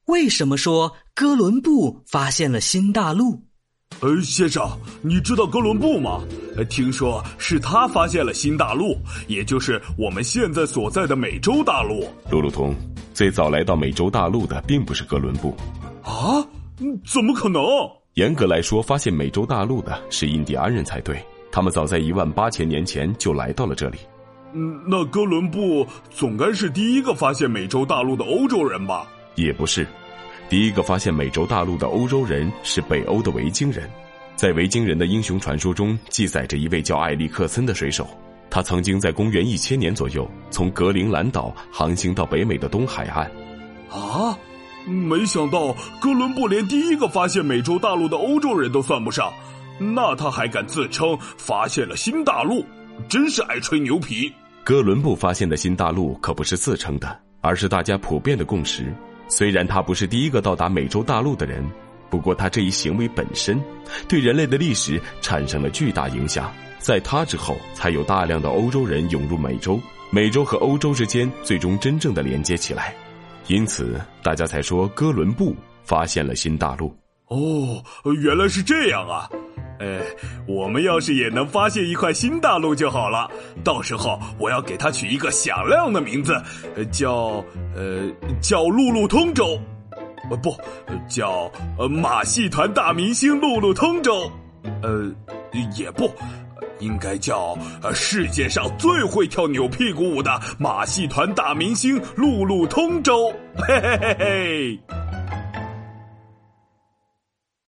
为什么说哥伦布发现了新大陆？ 先生，你知道哥伦布吗？听说是他发现了新大陆，也就是我们现在所在的美洲大陆。 路路通，最早来到美洲大陆的并不是哥伦布。 啊？怎么可能？ 严格来说，发现美洲大陆的是印第安人才对，他们早在18000年前就来到了这里。 那哥伦布总该是第一个发现美洲大陆的欧洲人吧？ 也不是，第一个发现美洲大陆的欧洲人是北欧的维京人。在维京人的英雄传说中记载着一位叫艾利克森的水手，他曾经在公元1000年左右从格陵兰岛航行到北美的东海岸。 啊，没想到哥伦布连第一个发现美洲大陆的欧洲人都算不上，那他还敢自称发现了新大陆，真是爱吹牛皮。 哥伦布发现的新大陆可不是自称的，而是大家普遍的共识。虽然他不是第一个到达美洲大陆的人，不过他这一行为本身对人类的历史产生了巨大影响。在他之后，才有大量的欧洲人涌入美洲，美洲和欧洲之间最终真正的连接起来，因此大家才说哥伦布发现了新大陆。 哦，原来是这样啊！我们要是也能发现一块新大陆就好了，到时候我要给它取一个响亮的名字，叫路路通州，叫马戏团大明星路路通州，也不，应该叫世界上最会跳扭屁股舞的马戏团大明星路路通州，嘿嘿嘿嘿。